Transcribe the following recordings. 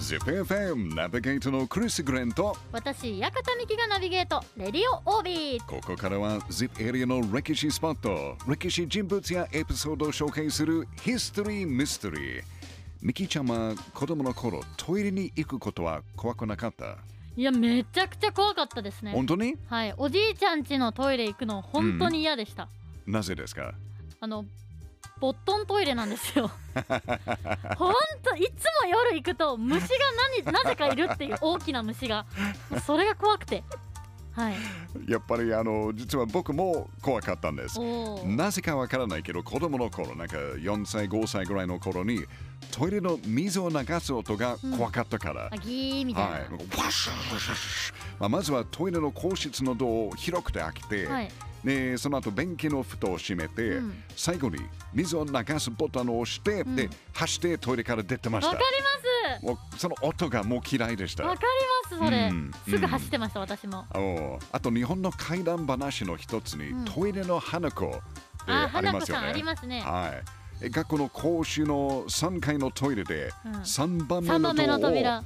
ZIPFM ナビゲートのクリス・グレンと私、館美希がナビゲート、レディオオービー。 ここからは ZIP エリアの歴史スポット、歴史人物やエピソードを紹介するヒストリー・ミステリー。ミキちゃんは子供の頃トイレに行くことは怖くなかった？ いや、めちゃくちゃ怖かったですね。 本当に？ はい、おじいちゃん家のトイレ行くの本当に嫌でした。 なぜですか？ ボットントイレなんですよ。ほんといつも夜行くと虫がなぜかいるっていう大きな虫がもうそれが怖くて、はい、 やっぱり実は僕も怖かったんです。なぜかわからないけど子供の頃なんか4歳5歳ぐらいの頃にトイレの水を流す音が怖かったから、 ギーみたいな、 まずはトイレの個室のドアを広くて開けて、でその後便器の蓋を閉めて、最後に水を流すボタンを押して、で走ってトイレから出てました。 わかります。 もうその音がもう嫌いでした。 わかりますそれ、すぐ走ってました、私も。 あと日本の怪談話の一つに、トイレの花子ありますよね。 花子さんありますね。 学校の講習の3階のトイレで3番目のドアを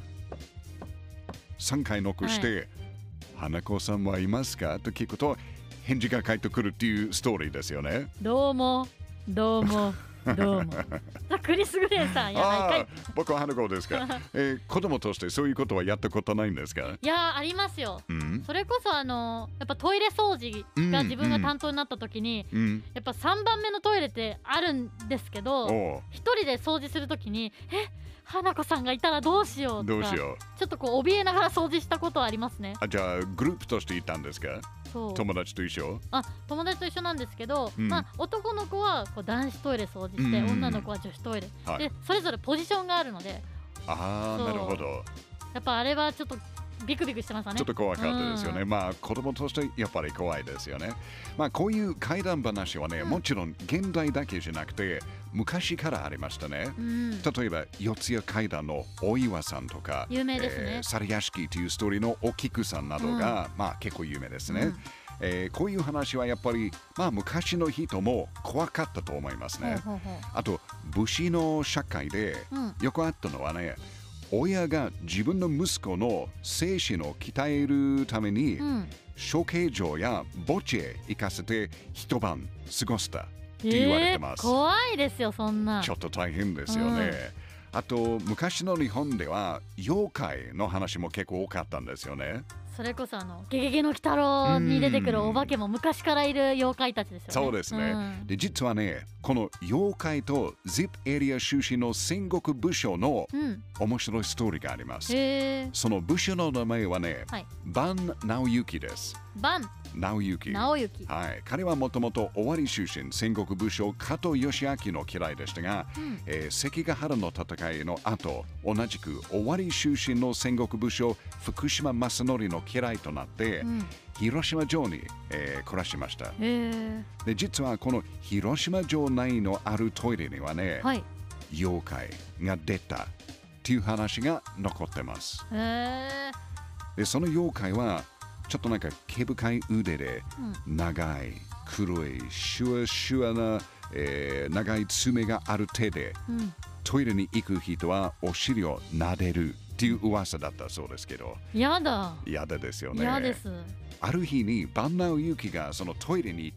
3回ノックして、花子さんはいますかと聞くと返事が返ってくるっていうストーリーですよね。 どうもどうもどうも。クリス・グレンさんやないかい。 僕は花子ですか。子供としてそういうことはやったことないんですか？ いや、ありますよ。それこそやっぱトイレ掃除が自分が担当になった時に、やっぱ3番目のトイレってあるんですけど、一人で掃除する時に花子さんがいたらどうしようとか、ちょっとこう怯えながら掃除したことはありますね。 じゃあグループとしていたんですか？友達と一緒？ 友達と一緒なんですけど、男の子はこう男子トイレ掃除して、女の子は女子トイレ、でそれぞれポジションがあるので。 なるほど。 やっぱあれはちょっとビクビクしてましたね。 ちょっと怖かったですよね。子供としてやっぱり怖いですよね。こういう怪談話はね、もちろん現代だけじゃなくて昔からありましたね。例えば四谷怪談の大岩さんとか、 有名ですね。 猿屋敷というストーリーのお菊さんなどが、結構有名ですね。こういう話はやっぱり、昔の人も怖かったと思いますね。あと武士の社会でよくあったのはね、親が自分の息子の精神を鍛えるために、処刑場や墓地へ行かせて一晩過ごしたって言われてます。 怖いですよそんな。 ちょっと大変ですよね。あと昔の日本では妖怪の話も結構多かったんですよね。 それこそゲゲゲの鬼太郎に出てくるお化けも昔からいる妖怪たちですよね。 そうですね。で実はね、この妖怪と ZIP エリア出身の戦国武将の面白いストーリーがあります。その武将の名前はね、伴直之です。伴直之。彼はもともと尾張出身、戦国武将加藤義明の家来でしたが、関ヶ原の戦いの後、同じく尾張出身の戦国武将福島正則の家来となって、広島城に、暮らしました。で実はこの広島城内のあるトイレにはね、妖怪が出たっていう話が残ってます。でその妖怪はちょっとなんか毛深い腕で、長い黒いシュワシュワな、長い爪がある手で、トイレに行く人はお尻を撫でるっていう噂だったそうですけど。やだですよね。 やです。 ある日に伴直之がそのトイレに行って、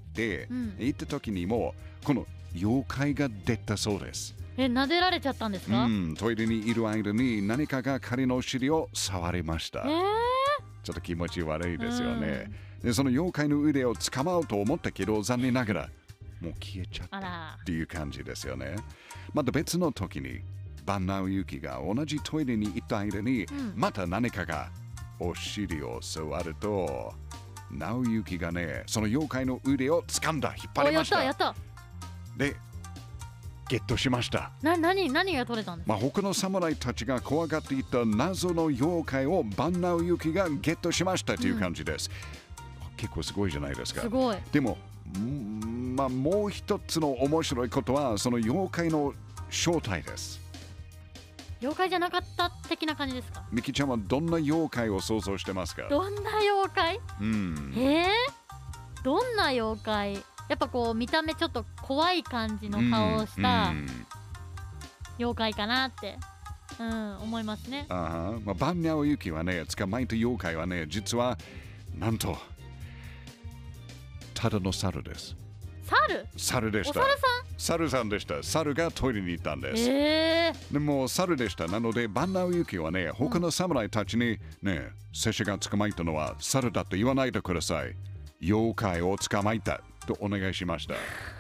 行った時にもこの妖怪が出たそうです。 撫でられちゃったんですか？ トイレにいる間に何かが彼のお尻を触りました。ちょっと気持ち悪いですよね。でその妖怪の腕を捕まうと思ったけど残念ながらもう消えちゃったっていう感じですよね。また別の時に伴直之が同じトイレに行った間に、また何かがお尻を触ると、直之がねその妖怪の腕を掴んだ、引っ張りました。 やった。 でゲットしました。 何が取れたんですか？ 他の侍たちが怖がっていた謎の妖怪を伴直之がゲットしましたという感じです。結構すごいじゃないですか。 すごい。 でももう一つの面白いことはその妖怪の正体です。 妖怪じゃなかった的な感じですか？ ミキちゃんはどんな妖怪を想像してますか？ どんな妖怪？どんな妖怪？やっぱこう見た目ちょっと怖い感じの顔をした妖怪かなって。 思いますね。 まあ、バンニャオユキはね、捕まえた妖怪はね、実はなんとただの猿です。猿でした。猿さんでした。猿がトイレに行ったんです。でも猿でした。なのでバンニャオユキはね、他の侍たちにね、拙者が捕まえたのは猿だと言わないでください。妖怪を捕まえたとお願いしました。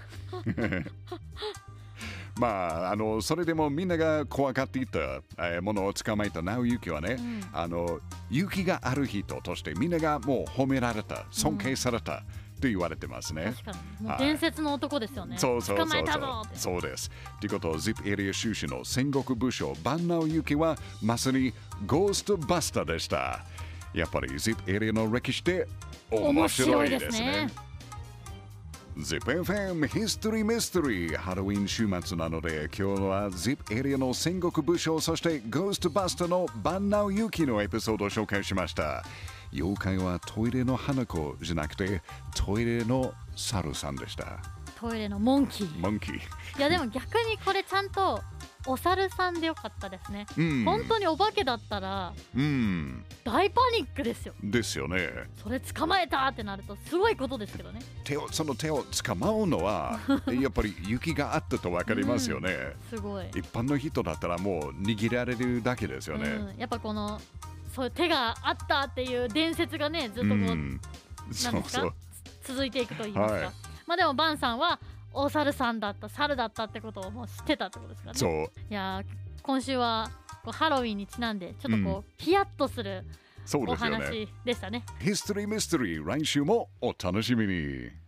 まあ、それでもみんなが怖がっていたものを捕まえたナオユキはね、勇気がある人としてみんながもう褒められた、尊敬されたと言われてますね。 確かに。もう伝説の男ですよね。捕まえたぞって。 そうです。ということを ZIP エリア収支の戦国武将バンナオユキはまさにゴーストバスターでした。やっぱり ZIP エリアの歴史って面白いですね。ZIPFM History Mystery ハロウィン週末なので今日は ZIP エリアの戦国武将そしてゴーストバスターのバンナオユキのエピソードを紹介しました。妖怪はトイレの花子じゃなくてトイレの猿さんでした。 トイレのモンキー。いやでも逆にこれちゃんとお猿さんでよかったですね。本当にお化けだったら大パニックですよ。 ですよね。 それ捕まえたってなるとすごいことですけどね。 その手を捕まうのはやっぱり雪があったと分かりますよね。 すごい。 一般の人だったらもう握られるだけですよね。 やっぱこのそういう手があったっていう伝説がねずっとこうなんですか続いていくと言いますか。まあでもバンさんはお猿さんだった猿だったってことをもう知ってたってことですからね。 そう。 いや今週はこうハロウィンにちなんでちょっとこう、ヒヤッとするお話でしたね。 ヒストリーミステリー来週もお楽しみに。